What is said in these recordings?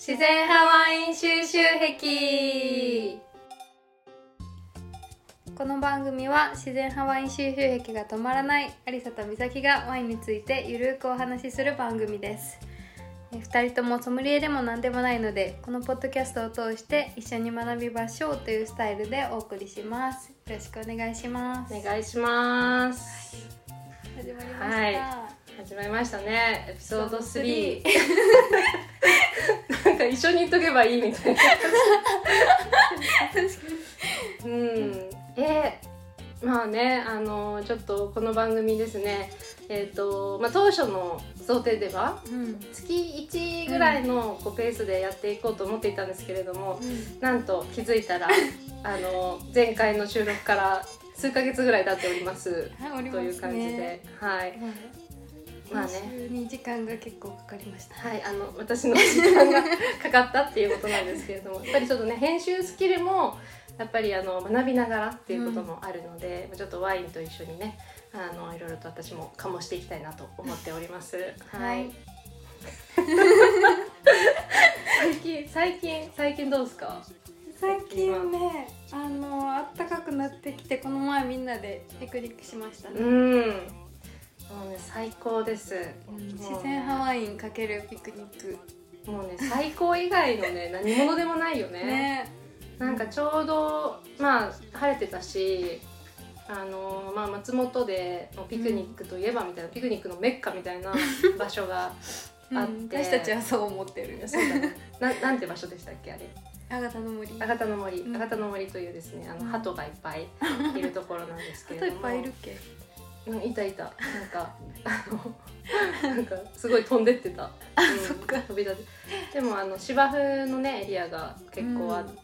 自然派ワイン収集癖。この番組は自然派ワイン収集癖が止まらないアリサとミサキがワインについてゆるくお話しする番組です。2人ともソムリエでも何でもないので、このポッドキャストを通して一緒に学びましょうというスタイルでお送りします。よろしくお願いします。 お願いします。 始まりました、 はい、始まりましたね。エピソード3なんか一緒に言っとけばいいみたいなまあね、ちょっとこの番組ですね、当初の想定では、月1ぐらいのペースでやっていこうと思っていたんですけれども、なんと気づいたら前回の収録から数ヶ月ぐらい経っております、という感じで、はい、 まあね、に時間が結構かかりました、 はい、私の時間がかかったっていうことなんですけれども、やっぱりちょっとね、編集スキルもやっぱり学びながらっていうこともあるので、ちょっとワインと一緒にね、いろいろと私も醸していきたいなと思っております。はい。最近どうですか？ 最近ね、あったかくなってきて、この前みんなでピクニックしましたね。 もうね、最高です。 自然派ワインかけるピクニック。 もうね、最高以外のね何物でもないよね。 ね。 なんかちょうど晴れてたし、松本でピクニックといえばみたいな、ピクニックのメッカみたいな場所があって、 私たちはそう思ってる。 そうだね。なんて場所でしたっけ、あれ？ あがたの森。 あがたの森。あがたの森というですね、鳩がいっぱいいるところなんですけれども。 鳩いっぱいいるっけ？ いた。なんかすごい飛んでってた。 そっか。 飛び立て。でも芝生のねエリアが結構あって、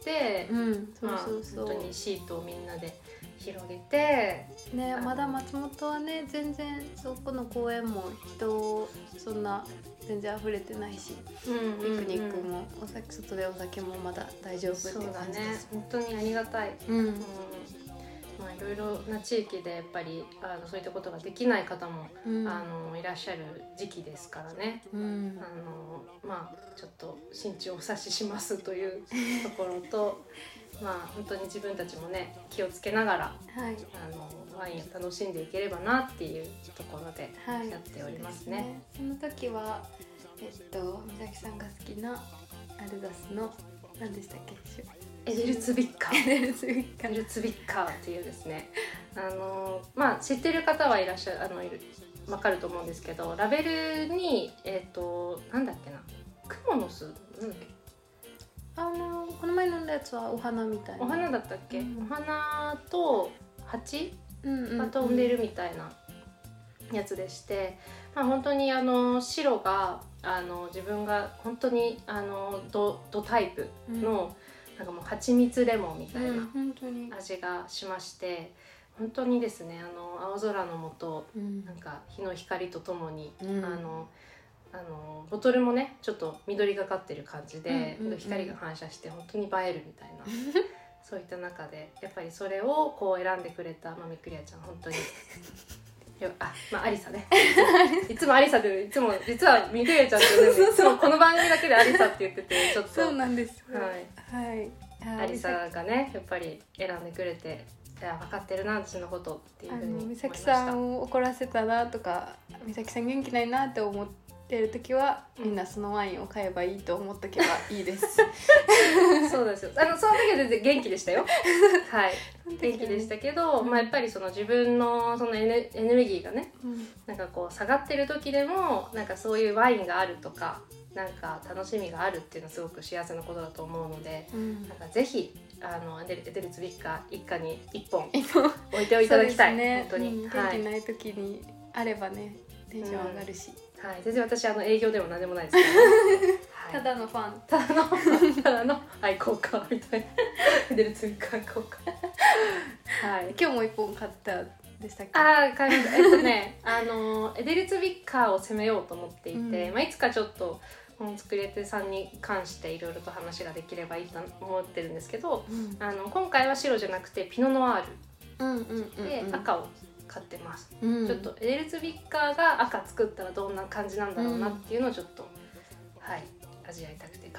本当にシートをみんなで広げて、 ね、まだ松本はね、全然そこの公園も人そんな全然溢れてないし、ピクニックも外でお酒もまだ大丈夫っていう感じです。 本当にありがたい。いろいろな地域でやっぱりそういったことができない方も、いらっしゃる時期ですからね、ちょっと心中お察ししますというところと本当に自分たちもね気をつけながら、ワインを楽しんでいければなっていうところでやっておりますね。 その時は美咲さんが好きなアルザスの何でしたっけ？ エデルツビッカーっていうですね、知ってる方はいらっしゃる、分かると思うんですけど、ラベルになんだっけな、クモの巣なんだっけ、 この前飲んだやつはお花みたいな。 お花だったっけ？お花と蜂が飛んでるみたいなやつでして、本当に白が自分が本当にドタイプの、なんかもう蜂蜜レモンみたいな味がしまして、本当にですね、青空の下、なんか日の光とともに、ボトルもねちょっと緑がかってる感じで、光が反射して本当に映えるみたいなそういった中でやっぱりそれをこう選んでくれたミクリアちゃん、本当にアリサねいつもアリサで、いつも実はミクリアちゃんってね、いつもこの番組だけでアリサって言ってて、ちょっとそうなんです、 アリサがねやっぱり選んでくれて、分かってるな私のことっていうふうに思いました。 美咲さんを怒らせたなとか、美咲さん元気ないなって思ってる時は、みんなそのワインを買えばいいと思っとけばいいですそうですよ。その時は全然元気でしたよはい元気でしたけど、やっぱりその自分のそのエネルギーがね、なんかこう下がってる時でも、なんかそういうワインがあるとか、なんか楽しみがあるっていうのはすごく幸せなことだと思うので、なんかぜひエデルツビッカ一家に1本置いていただきたいね、 本当に、 元気ない時にあればね、テンション上がるし、 全然私営業でも何でもないですからただのファン、 ただの愛好家みたいなエデルツビッカ愛好家今日も1本買ったでしたっけ？ 買いましたエデルツビッカーを攻めようと思っていて、いつかちょっとこの作り手さんに関していろいろと話ができればいいと思ってるんですけど、今回は白じゃなくてピノノワールで赤を買ってます、ちょっとエデルツビッカーが赤作ったらどんな感じなんだろうなっていうのをちょっと、味わいたくて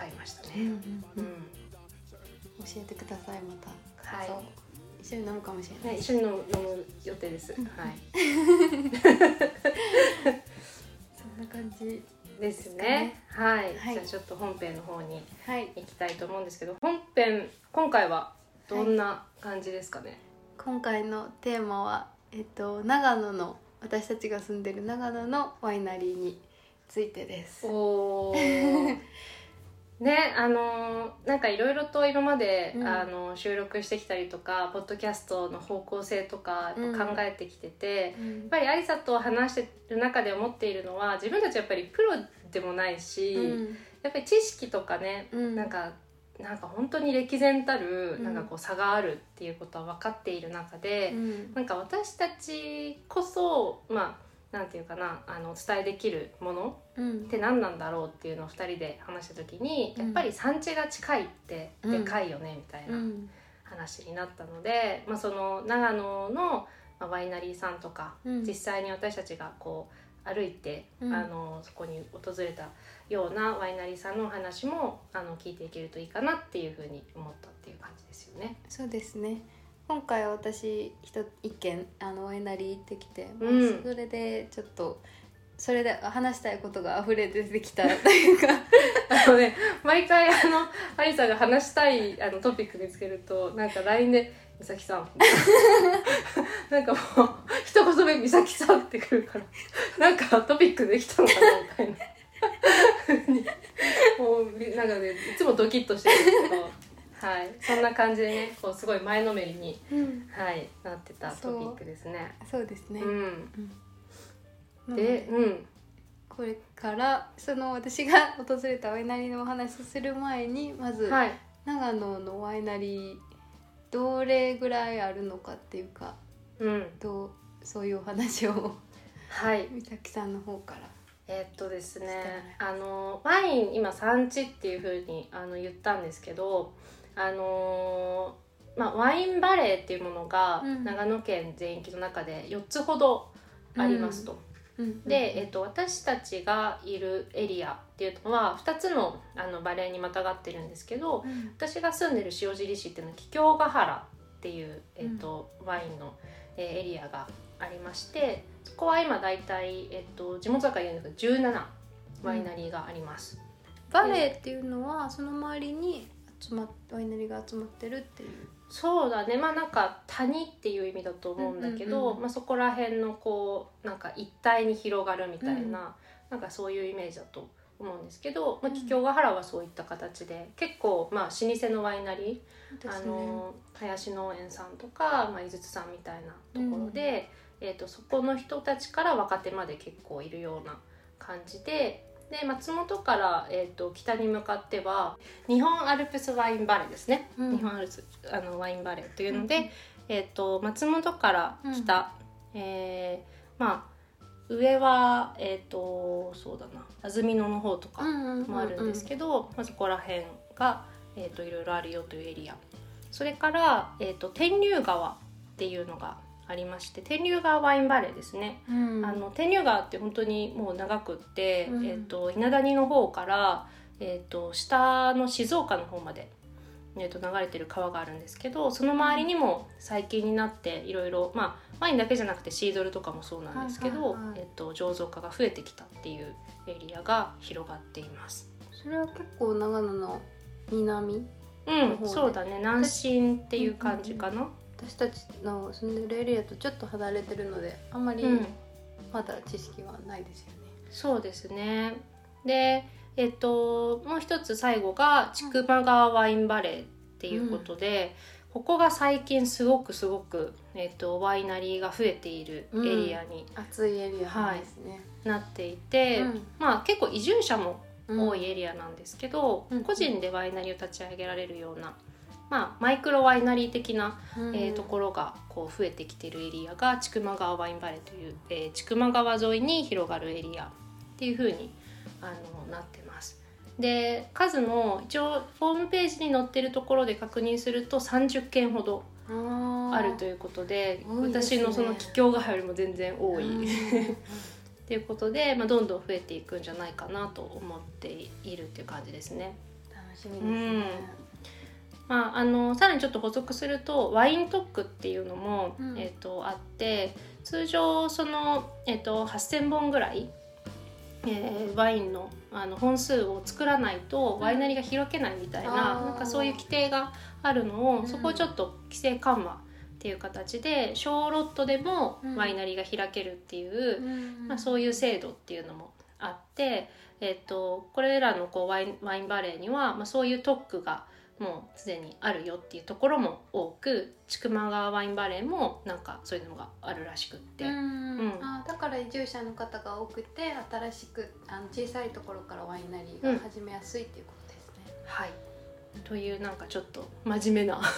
買いましたね。 教えてくださいまた。 はい。 一緒に飲むかもしれない。 一緒に飲む予定です。はい。 そんな感じですね。はい。じゃあちょっと本編の方に行きたいと思うんですけど、今回はどんな感じですかね。 今回のテーマは長野の私たちが住んでる長野のワイナリーについてです。 おーね、なんかいろいろと今まで、収録してきたりとかポッドキャストの方向性とか考えてきてて、やっぱりアリサと話してる中で思っているのは、自分たちやっぱりプロでもないし、やっぱり知識とかね、なんか本当に歴然たるなんかこう差があるっていうことは分かっている中で、なんか私たちこそなんていうかな、伝えできるものって何なんだろうっていうのを2人で話した時に、やっぱり産地が近いってでかいよねみたいな話になったので、その長野のワイナリーさんとか、実際に私たちがこう歩いて、そこに訪れたようなワイナリーさんのお話も聞いていけるといいかなっていうふうに思ったっていう感じですよね。 そうですね。今回は私一軒ワイナリー行ってきて、それでちょっとそれで話したいことが溢れ出てきたというか毎回アリサが話したいトピック見つけると、なんか LINE で「美咲さん」なんかもう一言目「美咲さん」ってくるから、なんかトピックできたのかなみたいなもうなんかね、いつもドキッとしてるんですけどはい、そんな感じでね、こうすごい前のめりに、はい、なってたトピックですね。 そうですね。 で、 これからその私が訪れたワイナリーのお話をする前に、まず、長野のワイナリーどれぐらいあるのかっていうか、そういうお話を美咲さんの方から。 ですね、ワイン今産地っていう風に言ったんですけど、ワインバレーっていうものが長野県全域の中で4つほどありますと。で、私たちがいるエリアっていうのは2つのバレーにまたがってるんですけど、私が住んでる塩尻市っていうのは桔梗ヶ原っていう、ワインの、エリアがありまして、そこは今だいたい地元だから言うんですけど17ワイナリーがあります。 バレーっていうのはその周りにワイナリーが集まってるっていう。 そうだね、なんか谷っていう意味だと思うんだけど、そこら辺のこうなんか一帯に広がるみたいな、なんかそういうイメージだと思うんですけど、桔梗ヶ原はそういった形で結構老舗のワイナリー、林農園さんとか、井筒さんみたいなところで、そこの人たちから若手まで結構いるような感じで、松本から、北に向かっては日本アルプスワインバレーですね、日本アルプスワインバレーというので、松本から北、上は、そうだな、安曇野の方とかもあるんですけど、そこら辺が、いろいろあるよというエリア。それから、天竜川っていうのがありまして、天竜川ワインバレーですね、天竜川って本当にもう長くって、稲谷の方から、下の静岡の方まで、流れてる川があるんですけど、その周りにも最近になっていろいろワインだけじゃなくてシードルとかもそうなんですけど、醸造家が増えてきたっていうエリアが広がっています。 それは結構長野の南そうだね、南進っていう感じかな。 私たちの住んでるエリアとちょっと離れてるので、あんまりまだ知識はないですよね。 そうですね。で、もう一つ最後が千曲川ワインバレーっていうことで、ここが最近すごく、ワイナリーが増えているエリアに、 暑いエリアですね、 なっていて、結構移住者も多いエリアなんですけど、個人でワイナリーを立ち上げられるような、マイクロワイナリー的な、ところがこう増えてきているエリアが千曲川ワインバレーという、千曲川沿いに広がるエリアっていう風になってます。で、数も一応ホームページに載ってるところで確認すると30件ほどあるということで、私のその桔梗ヶ原よりも全然多いということで、どんどん増えていくんじゃないかなと思っているっていう感じですね。 しみですね。 さらにちょっと補足するとワイン特区っていうのも、あって、通常その、8,000本ぐらい、ワインの、本数を作らないとワイナリーが開けないみたいな、なんかそういう規定があるのを、そこをちょっと規制緩和っていう形で小ロットでもワイナリーが開けるっていう、そういう制度っていうのもあって、これらのこうワインバレーには、そういう特区がもうすでにあるよっていうところも多く、千曲川ワインバレーもなんかそういうのがあるらしくって、 だから移住者の方が多くて、新しく小さいところからワイナリーが始めやすいっていうことですね。 はい、というなんかちょっと真面目な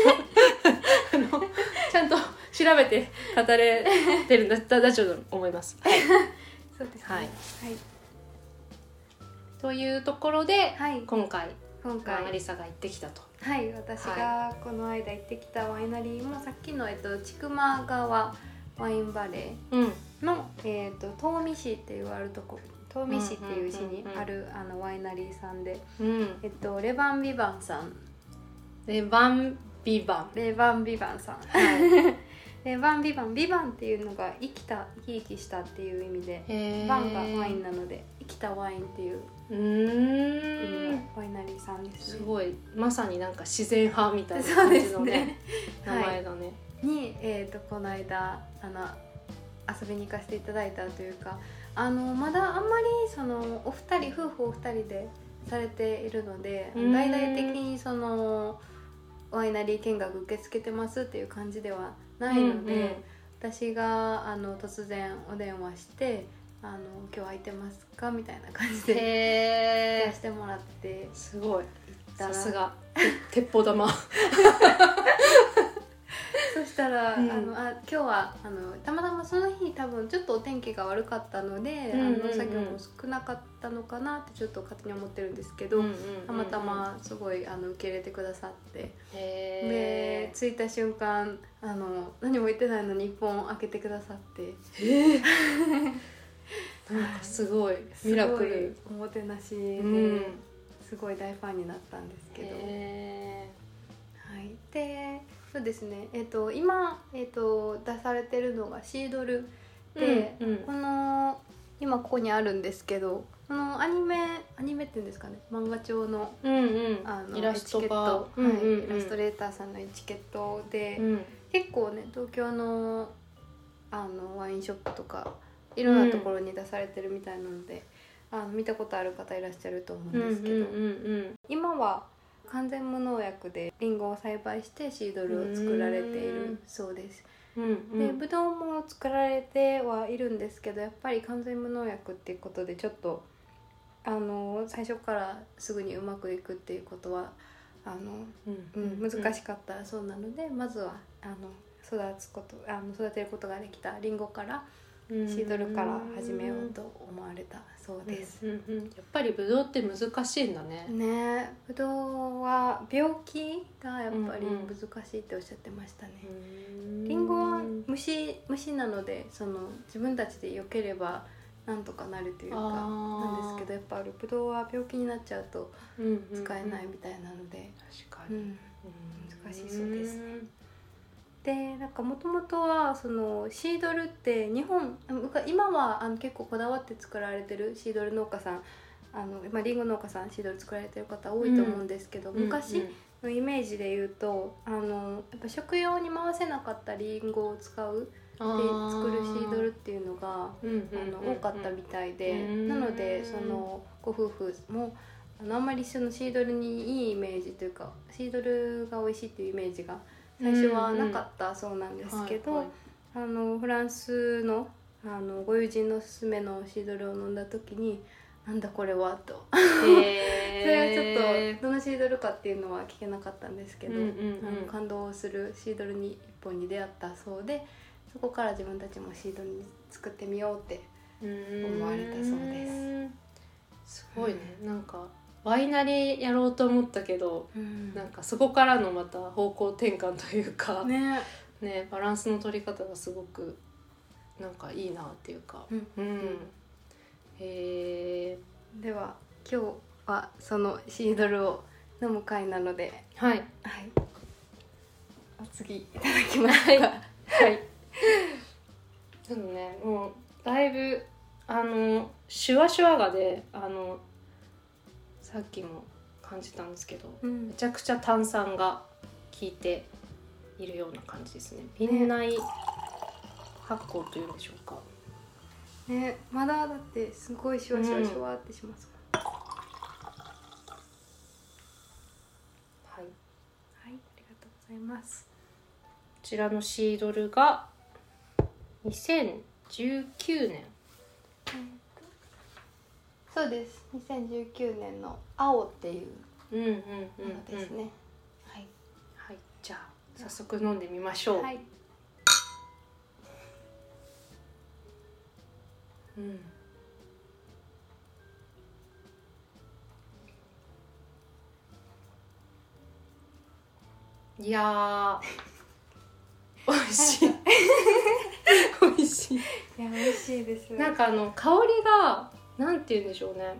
ちゃんと調べて語れてるんだと思います。 そうですね。 はい、というところで、今回アリサが行ってきたと。 はい、私がこの間行ってきたワイナリーも、さっきの、千曲川ワインバレーの、東御市っていうあるところ、東御市っていう市にあるワイナリーさんで、レバンビバンさん。 レバンビバンさん。 レバンビバン、ビバンっていうのが生き生きしたっていう意味で、バンがワインなので生きたワインっていう意味のワイナリーさんですね。 すごい、まさになんか自然派みたいな感じのね、名前だね。 に、この間遊びに行かせていただいたというか、まだあんまりその夫婦お二人でされているので、大々的にそのワイナリー見学受け付けてますっていう感じではないので、私が突然お電話して今日空いてますかみたいな感じでしてもらって、 すごい、さすが鉄砲玉そしたら、今日はたまたまその日多分ちょっとお天気が悪かったので、作業も少なかったのかなってちょっと勝手に思ってるんですけど、たまたますごい受け入れてくださって、で着いた瞬間何も言ってないのに1本開けてくださって、 なんかすごいミラクル、 おもてなしですごい大ファンになったんですけど、はい、でそうですね、今、出されてるのがシードルで、この今ここにあるんですけど、このアニメっていうんですかね、漫画調の、 イラストが、 イラストレーターさんのエチケットで、結構ね東京のワインショップとかいろんなところに出されてるみたいなので、見たことある方いらっしゃると思うんですけど、今は完全無農薬でリンゴを栽培してシードルを作られているそうです。でブドウも作られてはいるんですけど、やっぱり完全無農薬っていうことでちょっと最初からすぐにうまくいくっていうことは難しかったそうなので、まずは育てることができたリンゴからシードルから始めようと思われたそうです。 やっぱりブドウって難しいんだね。 ね、ブドウは病気がやっぱり難しいっておっしゃってましたね。リンゴは虫なので、その自分たちで良ければなんとかなるというかなんですけど、やっぱりブドウは病気になっちゃうと使えないみたいなので、 確かに、 難しいそうですね。でなんかもともとはそのシードルって今は結構こだわって作られてるシードル農家さんリンゴ農家さんシードル作られてる方多いと思うんですけど、昔のイメージで言うとやっぱ食用に回せなかったリンゴを使うで作るシードルっていうのが多かったみたいで、なのでそのご夫婦もあんまりそのシードルにいいイメージというか、シードルが美味しいっていうイメージが最初はなかったそうなんですけど、フランスのご友人のおすすめのシードルを飲んだ時になんだこれはとそれはちょっとどのシードルかっていうのは聞けなかったんですけど、感動するシードルに一本に出会ったそうで、そこから自分たちもシードルに作ってみようって思われたそうです。 すごいね、なんかワイナリーやろうと思ったけど、なんかそこからのまた方向転換というか、ね、バランスの取り方がすごくなんかいいなっていうか、 では今日はそのシードルを飲む回なので、 はい、 はい、お次いただきますか。 はい、はい、でもね、もうだいぶシュワシュワがでさっきも感じたんですけど、めちゃくちゃ炭酸が効いているような感じですね。瓶内発酵というんでしょうかね。まだだってすごいシュワシュワシュワってしますもん、はい、はい、ありがとうございます。 こちらのシードルが2019年、 そうです。2019年の青っていうものですね。はい、 はい、じゃあ早速飲んでみましょう。はい、いやー美味しい美味しい。いや美味しいです。 なんか香りがなんて言うんでしょうね。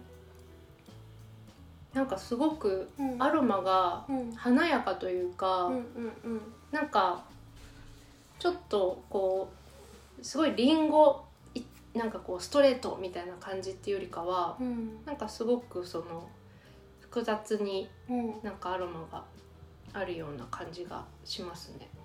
なんかすごくアロマが華やかというか、なんかちょっとこうすごいリンゴなんかこうストレートみたいな感じっていうよりかは、なんかすごくその複雑になんかアロマがあるような感じがしますね。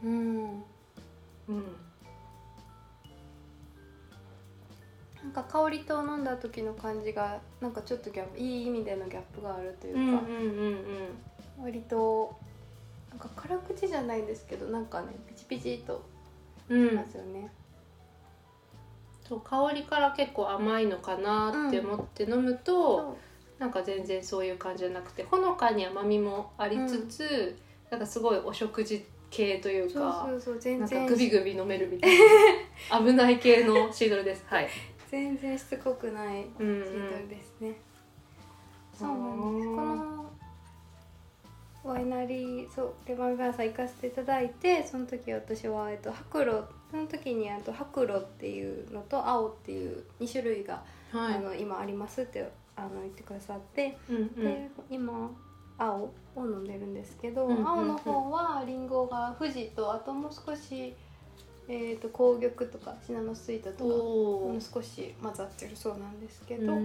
なんか香りと飲んだ時の感じがなんかちょっといい意味でのギャップがあるというか、割となんか辛口じゃないんですけど、なんかねピチピチとしますよね。 そう香りから結構甘いのかなって思って飲むと、なんか全然そういう感じじゃなくて、ほのかに甘みもありつつ、なんかすごいお食事系というか、 全然なんかグビグビ飲めるみたいな危ない系のシードルです。はい。 全然しつこくないシードルですね。そうなんです。このワイナリー、レバンガーサ行かせていただいて、その時私は白露、その時に白露っていうのと青っていう2種類が、今ありますって言ってくださって、で今青を飲んでるんですけど、青の方はリンゴが富士と、あともう少し紅玉とかシナノスイートとかもう少し混ざってるそうなんですけど、はい、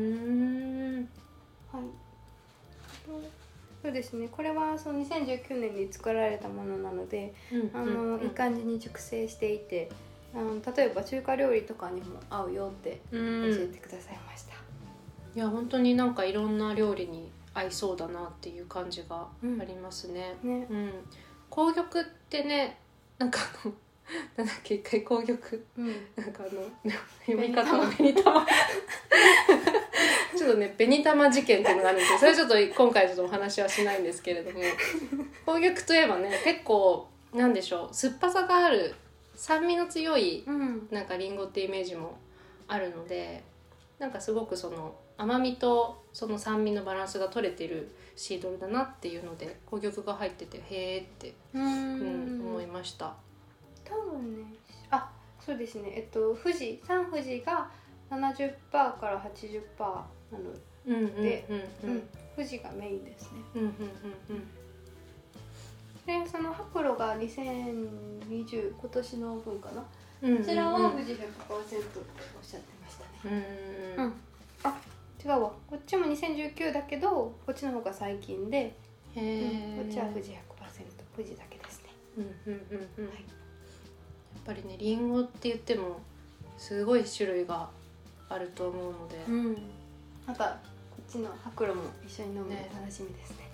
そうですね。これはその2019年に作られたものなので、いい感じに熟成していて、例えば中華料理とかにも合うよって教えてくださいました。 いや本当になんかいろんな料理に合いそうだなっていう感じがありますね。紅玉ってね、なんかなんだっけ、一回紅玉、なんか読み方が紅玉ちょっとね紅玉事件っていうのがあるんですけど、それちょっと今回ちょっとお話はしないんですけれども紅玉といえばね、結構なんでしょう、酸っぱさがある酸味の強いなんかリンゴってイメージもあるので、なんかすごくその甘みとその酸味のバランスが取れてるシードルだなっていうので、紅玉が入っててへーって思いました。 多分ね、そうですね、サン富士が 70% から 80% なので、富士がメインですね。でその白露が2020、今年の分かな、こちらは富士 100% っておっしゃってましたね。違うわ、こっちも2019だけどこっちの方が最近で、こっちは富士 100%、 富士だけですね。 やっぱりね、リンゴって言ってもすごい種類があると思うので、 またこっちの白露も一緒に飲むの楽しみですね。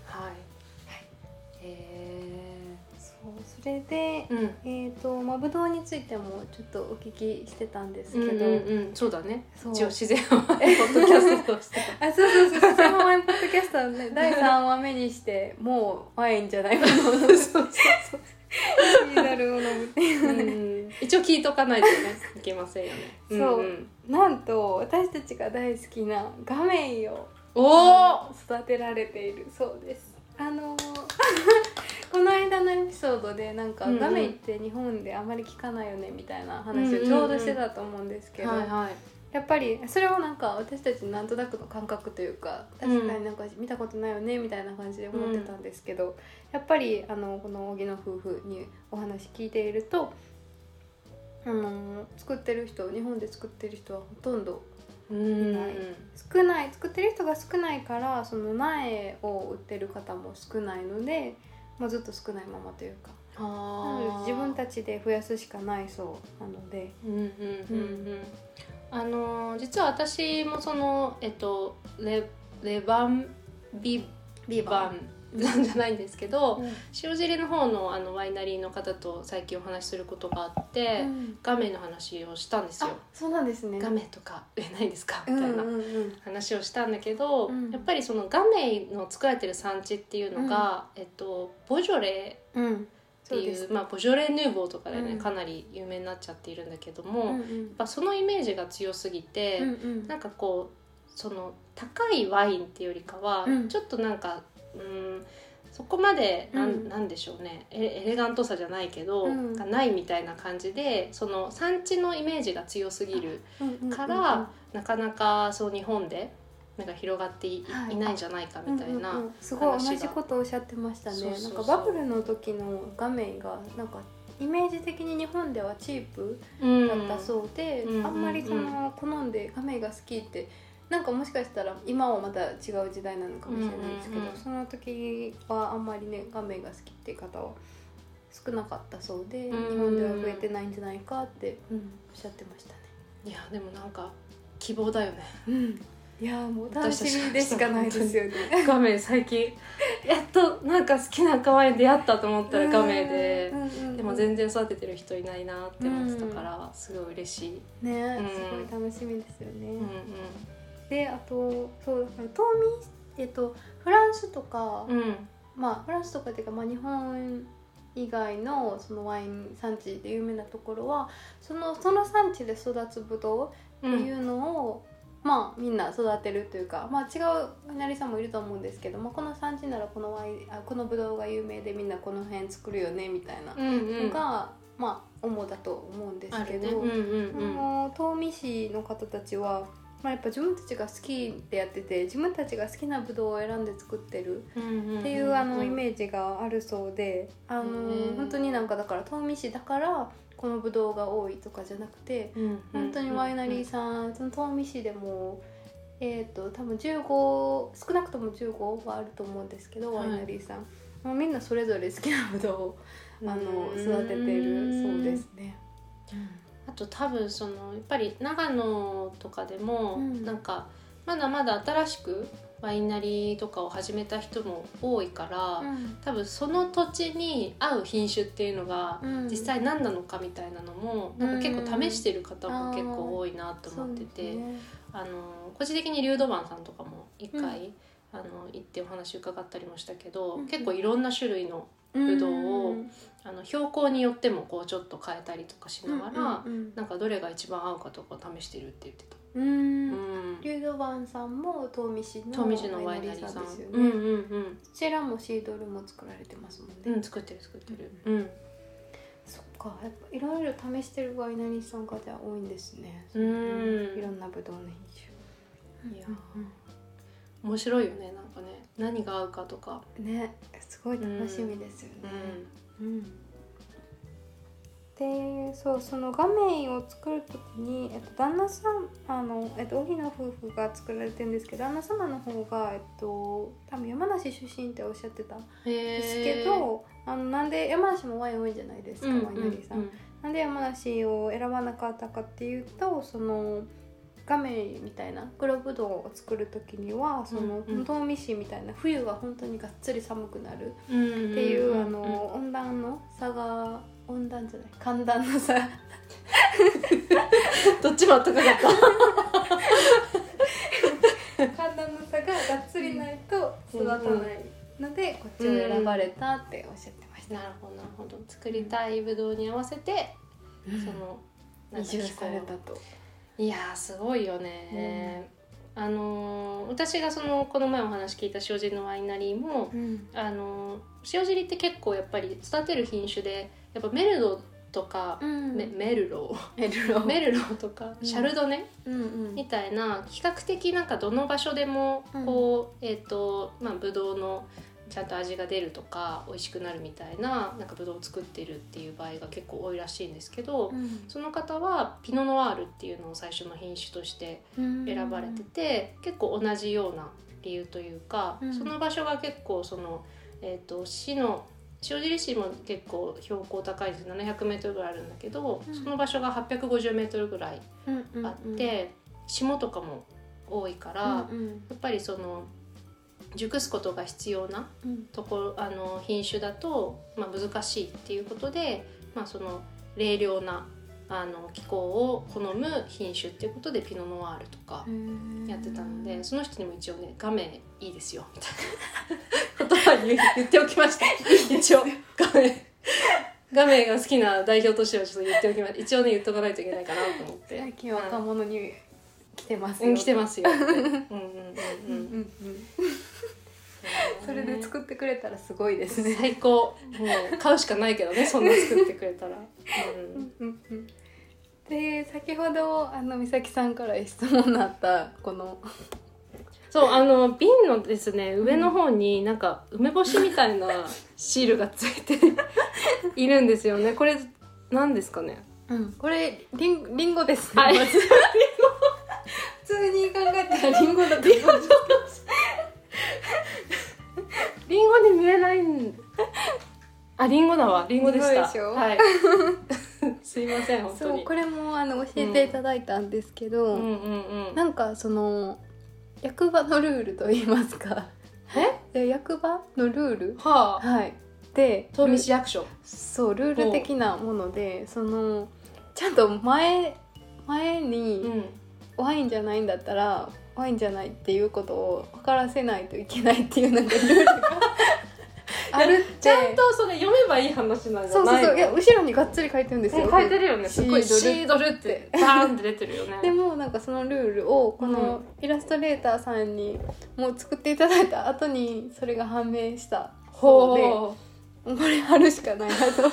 それで、ブドウについてもちょっとお聞きしてたんですけど、 そうだね、一応自然はポッドキャストをしてた自然はワインポッドキャストね、第3話目にしてもうワインじゃないものを飲むシードルを飲むっていうね、 一応聞いとかないとねいけませんよね。 なんと私たちが大好きなガメイを育てられているそうです。この間のエピソードでなんかガメイって日本であまり聞かないよねみたいな話をちょうどしてたと思うんですけど、 やっぱりそれはなんか私たちなんとなくの感覚というか、確かになんか見たことないよねみたいな感じで思ってたんですけど、やっぱりこの荻野夫婦にお話聞いていると、作ってる人、日本で作ってる人はほとんどいない、少ない、作ってる人が少ないから、その苗を売ってる方も少ないので、ずっと少ないままというか、自分たちで増やすしかないそうなので、 実は私もそのレバンビバンなんじゃないんですけど、塩尻の方のワイナリーの方と最近お話しすることがあって、ガメの話をしたんですよ。 そうなんですね。 ガメとかないんですかみたいな話をしたんだけど、やっぱりそのガメの作られてる産地っていうのが、ボジョレーっていう、ボジョレーヌーボーとかでね、かなり有名になっちゃっているんだけども、やっぱそのイメージが強すぎて、なんかこうその高いワインっていうよりかは、ちょっとなんかそこまでなんでしょうね、エレガントさじゃないけど、がないみたいな感じで、その産地のイメージが強すぎるから、なかなかそう日本でなんか広がっていないんじゃないかみたいな話が、 すごい同じことをおっしゃってましたね。なんかバブルの時のガメがなんかイメージ的に日本ではチープだったそうで、あんまりその好んでガメが好きってなんかもしかしたら今はまた違う時代なのかもしれないですけど、その時はあんまりねガメが好きっていう方は少なかったそうで、日本では増えてないんじゃないかって、おっしゃってましたね。 いやでもなんか希望だよね。 いやもう楽しみでしかないですよね。 ガメ最近やっとなんか好きな赤ワイン出会ったと思ったらガメで、でも全然育ててる人いないなって思ってたから、すごい嬉しいね、すごい楽しみですよね。であとそうだからフランスとか、フランスとかっていうか、日本以外のそのワイン産地で有名なところはその産地で育つブドウっていうのを、みんな育てるというか、違うワイナリーさんもいると思うんですけど、この産地ならこのブドウが有名でみんなこの辺作るよねみたいなのが、主だと思うんですけど、東御市の方たちはやっぱ自分たちが好きでやってて、自分たちが好きなブドウを選んで作ってるっていうイメージがあるそうで、本当になんかだから東御市だからこのブドウが多いとかじゃなくて、本当にワイナリーさん、その東御市でも多分15、少なくとも15はあると思うんですけど、ワイナリーさん、みんなそれぞれ好きなブドウを育ててるそうですね。 あと多分そのやっぱり長野とかでも、なんかまだまだ新しくワイナリーとかを始めた人も多いから、多分その土地に合う品種っていうのが実際何なのかみたいなのも、なんか結構試してる方も結構多いなと思ってて、個人的にリュードバンさんとかも一回、行ってお話伺ったりもしたけど、結構いろんな種類のブドウを標高によってもこうちょっと変えたりとかしながら、なんかどれが一番合うかとかを試してるって言ってた。 リュードバンさんも東御市のワイナリーさんですよね。こちらもシードルも作られてますもんね。 作ってる。 そっか、やっぱいろいろ試してるワイナリーさんがじゃあ多いんですね。いろんなブドウの品種。 いや、面白いよね、なんかね、何が合うかとかね、すごい楽しみですよね。でその画面を作る時に、旦那さん荻野夫婦が作られてるんですけど、旦那様の方が、多分山梨出身っておっしゃってたんですけど、なんで山梨もワイン多いじゃないですか、ワイナリーさん。なんで山梨を選ばなかったかっていうと、そのガメみたいな黒ぶどうを作る時には、その東御市みたいな冬が本当にがっつり寒くなるっていう温暖の差が、温暖じゃない、寒暖の差どっちもあったかかった寒暖の差ががっつりないと育たないので、こっちを選ばれたっておっしゃってました。 なるほど。作りたいぶどうに合わせて、その移住されたと。 いやーすごいよね。私がこの前お話聞いた塩尻のワイナリーも、塩尻って結構やっぱり育てる品種で、やっぱメルドとか、 メルロとか、シャルドネ、みたいな比較的なんかどの場所でもこう、ブドウのちゃんと味が出るとか美味しくなるみたいな、なんかブドウを作っているっていう場合が結構多いらしいんですけど、その方はピノノワールっていうのを最初の品種として選ばれてて、結構同じような理由というか、その場所が結構その、塩尻市も結構標高高いです。700メートルぐらいあるんだけど、その場所が850メートルぐらいあって、霜とかも多いから、やっぱりその熟すことが必要な品種だと、難しいっていうことで、その冷涼な気候を好む品種っていうことでピノノワールとかやってたので、その人にも一応ね、ガメいいですよみたいなことは言っておきました。一応ガメが好きな代表としてはちょっと言っておきました。一応ね、言っとかないといけないかなと思って。 最近若者に来てますよ、 来てますよそれで作ってくれたらすごいですね。 最高。もう買うしかないけどね、そんな作ってくれたら。 で、先ほど美咲さんから質問のあったこのそう瓶のですね、上の方になんか梅干しみたいなシールがついているんですよね。これ何ですかね。 これリンゴですね。 はい、 普通に考えたらリンゴだと思うんですけどリンゴに見えないリンゴだわ。リンゴでした。 リンゴでしょ。 はいすいません、本当に。 そう、これも教えていただいたんですけど、なんかその役場のルールといいますか、役場のルール、で東御市役所、 そう、ルール的なもので、そのちゃんと前に、ワインじゃないんだったらワインじゃないっていうことを分からせないといけないっていうなんかルールがあるって。 ちゃんとそれ読めばいい話なんじゃないの？ そう、いや後ろにがっつり書いてるんですよ。 書いてるよね。すごいシードルってバーンって出てるよね。 でもなんかそのルールをこのイラストレーターさんにもう作っていただいた後にそれが判明したそうで、これ貼るしかないなと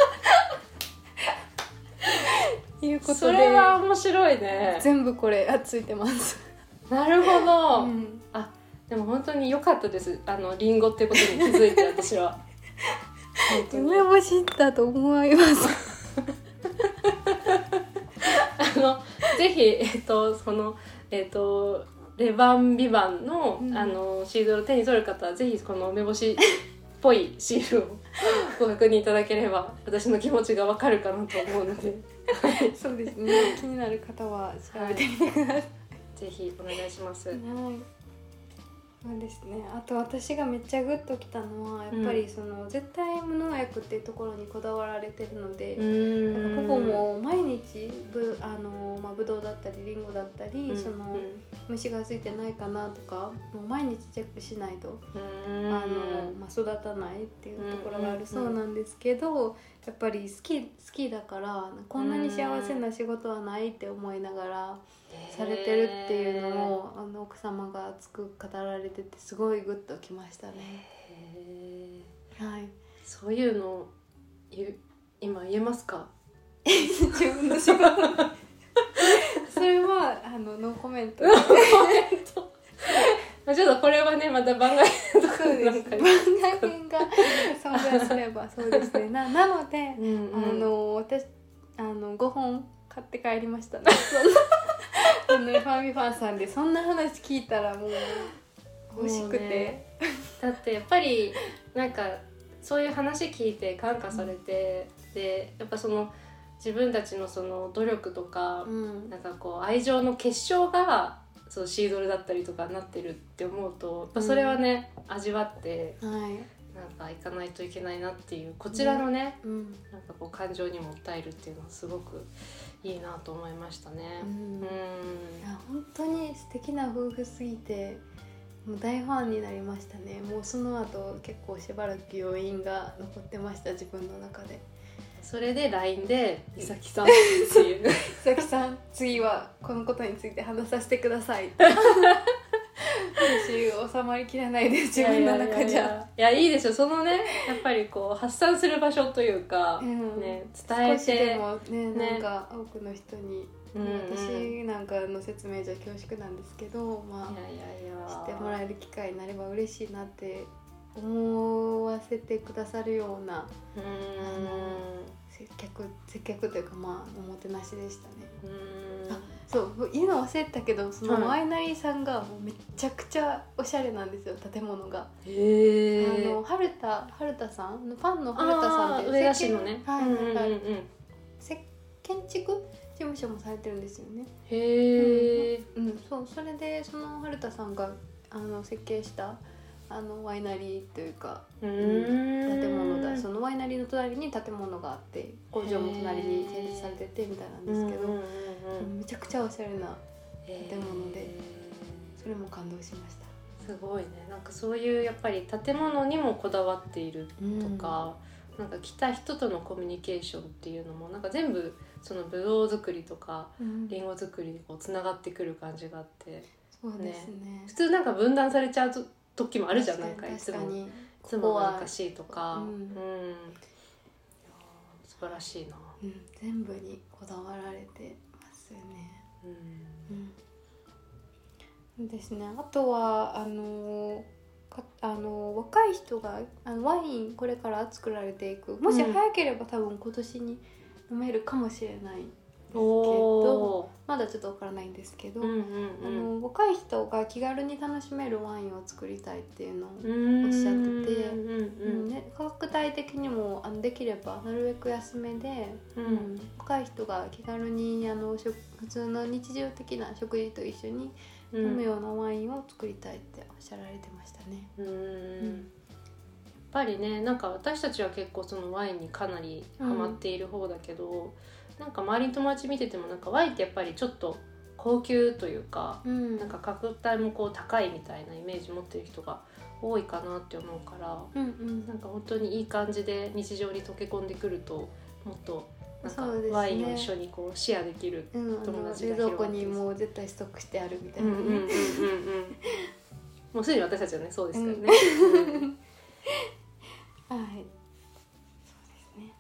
いうことで、 それは面白いね。 全部これついてます。 なるほど、でも本当に良かったです。リンゴってことに気づいて私は梅干しだと思いますぜひそのレバンビバンの、シードルを手に取る方はぜひこの梅干しっぽいシールをご確認いただければ私の気持ちがわかるかなと思うのでそうですね、気になる方は調べてみてください。 ぜひお願いします。 そうですね。あと私がめっちゃグッときたのはやっぱりその、絶対無農薬っていうところにこだわられてるので、ここも毎日ぶどうだったりリンゴだったり、その虫がついてないかなとかもう毎日チェックしないと育たないっていうところがあるそうなんですけど、やっぱり好きだからこんなに幸せな仕事はないって思いながらされてるっていうのを奥様が熱く語られててすごいグッときましたね。 そういうの今言えますか？ 自分の仕事それはノーコメントちょっとこれはねまた番外編とか番外編が存在すればそうですね。なので、私5本買って帰りましたねファミファンさんでそんな話聞いたらもう欲しくて、 だってやっぱりなんかそういう話聞いて感化されて、でやっぱその自分たちのその努力とか、なんかこう愛情の結晶がそうシードルだったりとかなってるって思うと、やっぱそれはね、味わって、なんか行かないといけないなっていうこちらのね、なんかこう感情にも訴えるっていうのはすごくいいなと思いましたね。 いや本当に素敵な夫婦すぎてもう大ファンになりましたね。もうその後結構しばらく余韻が残ってました、自分の中で。 それで LINE で美咲さんっていう美咲さん次はこのことについて話させてください私収まりきらないです自分の中じゃ。 いやいいでしょ、そのねやっぱりこう発散する場所というか、ね、伝えて少しでもねなんか多くの人に、私なんかの説明じゃ恐縮なんですけど、まあ知ってもらえる機会になれば嬉しいなって思わせてくださるような接客というか、まあおもてなしでしたね。あ、そう言うの忘れてたけど、そのワイナリーさんがもうめちゃくちゃおしゃれなんですよ、建物が。春田さんのファンの春田さんって上田市のね、 建築事務所もされてるんですよね。 へえ、 そうそれでその春田さんが設計したワイナリーというか、建物だ。そのワイナリーの隣に建物があって工場も隣に建設されててみたいなんですけど、めちゃくちゃおしゃれな建物で、それも感動しました。 すごいね。なんかそういうやっぱり建物にもこだわっているとか、なんか来た人とのコミュニケーションっていうのもなんか全部そのブドウ作りとかリンゴ作りにこうつながってくる感じがあって、 そうですね。 普通なんか分断されちゃう時もあるじゃん。なんかいつもなんか C とか、素晴らしいな。 全部にこだわられてますよね。ですね。あとは若い人がワインこれから作られていく、もし早ければ多分今年に飲めるかもしれないですけど、まだちょっとわからないんですけど、若い人が気軽に楽しめるワインを作りたいっていうのをおっしゃってて、価格帯的にもできればなるべく安めで、若い人が気軽に普通の日常的な食事と一緒に飲むようなワインを作りたいっておっしゃられてましたね。 やっぱりね、なんか私たちは結構そのワインにかなりハマっている方だけど、なんか周りの友達見ててもなんかワインってやっぱりちょっと高級というか、なんか価格帯もこう高いみたいなイメージ持ってる人が多いかなって思うから、なんか本当にいい感じで日常に溶け込んでくるともっとなんかワインを一緒にこうシェアできる友達が広がって、 冷蔵庫にもう絶対ストックしてあるみたいなね。 もうすでに私たちはねそうですからね。 はい、そうですね。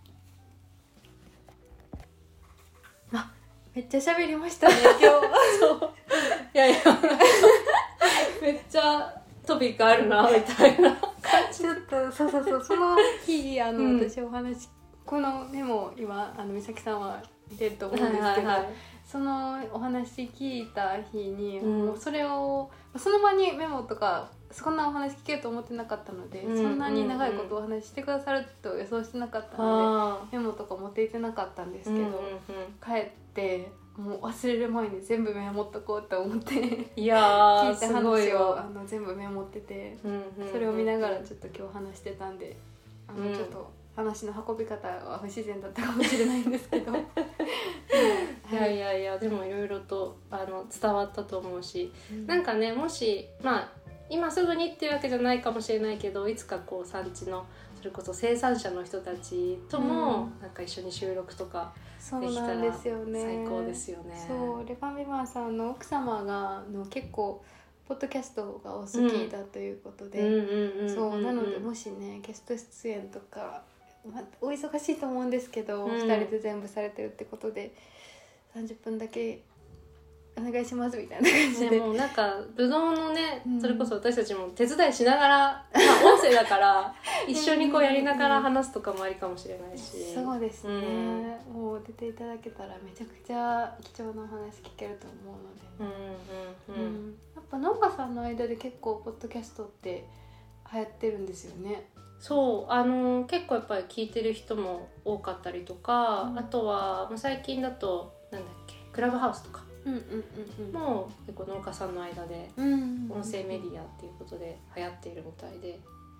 めっちゃ喋りましたね今日。そういやめっちゃトピックあるなみたいな感じ。 ちょっとそうその日私お話このメモ今美咲さんは見てると思うんですけど、そのお話聞いた日に、もうそれをその場にメモとかそんなお話聞けると思ってなかったので、そんなに長いことお話してくださると予想してなかったので、メモとか持っていってなかったんですけど、帰ってもう忘れる前に全部メモっとこうと思っていや聞いた話を全部メモってて、それを見ながらちょっと今日話してたんで、ちょっと話の運び方は不自然だったかもしれないんですけどいやでもいろいろと伝わったと思うし、なんかね、もし今すぐにっていうわけじゃないかもしれないけど、いつかこう産地のそれこそ生産者の人たちともなんか一緒に収録とかできたら最高ですよね。 そうレバンビバンさんの奥様が結構ポッドキャストがお好きだということで、そうなのでもしねゲスト出演とか、お忙しいと思うんですけど、2人で全部されてるってことで30分だけお願いしますみたいな感じで、 もうなんかブドウのね、それこそ私たちも手伝いしながら、音声だから一緒にこうやりながら話すとかもありかもしれないし、 そうですね、もう出ていただけたらめちゃくちゃ貴重なお話聞けると思うので、やっぱ農家さんの間で結構ポッドキャストって流行ってるんですよね。 そう結構やっぱり聞いてる人も多かったりとか、あとは最近だとなんだっけ、クラブハウスとかもう結構農家さんの間で音声メディアっていうことで流行っているみたいで、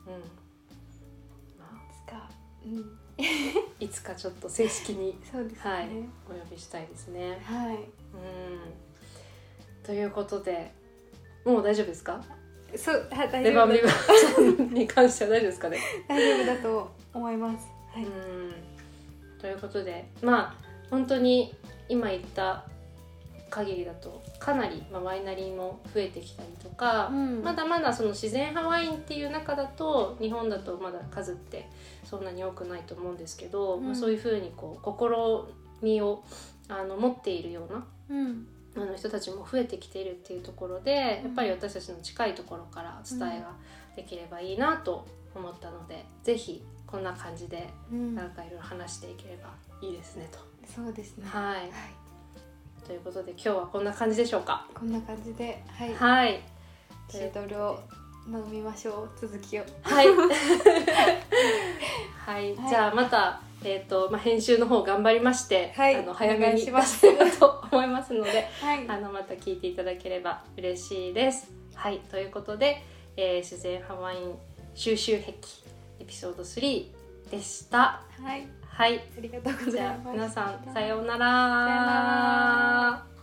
いつかちょっと正式にそうですね、 はい、お呼びしたいですね。 はい、 ということでもう大丈夫ですか？ そう大丈夫レバンビバさんに関しては大丈夫ですかね？ 大丈夫だと思います。はい、 ということで本当に今言った限りだとかなり、ワイナリーも増えてきたりとか、まだまだその自然派ワインっていう中だと日本だとまだ数ってそんなに多くないと思うんですけど、そういうふうにこう試みを持っているような、人たちも増えてきているっていうところで、やっぱり私たちの近いところからお伝えができればいいなと思ったので、ぜひこんな感じでなんかいろいろ話していければいいですねと。 そうですね。 はい。ということで今日はこんな感じでしょうか。 こんな感じで、 はい。 シードルを飲みましょう。続きを。 はい。はい。じゃあまた編集の方頑張りまして、早めに出せると思いますので、また聞いていただければ嬉しいです。はい。ということで、自然派ワイン収集癖エピソード3でした。 はい。 はい。 ありがとうございます。 じゃあ皆さんさようなら。 さようなら。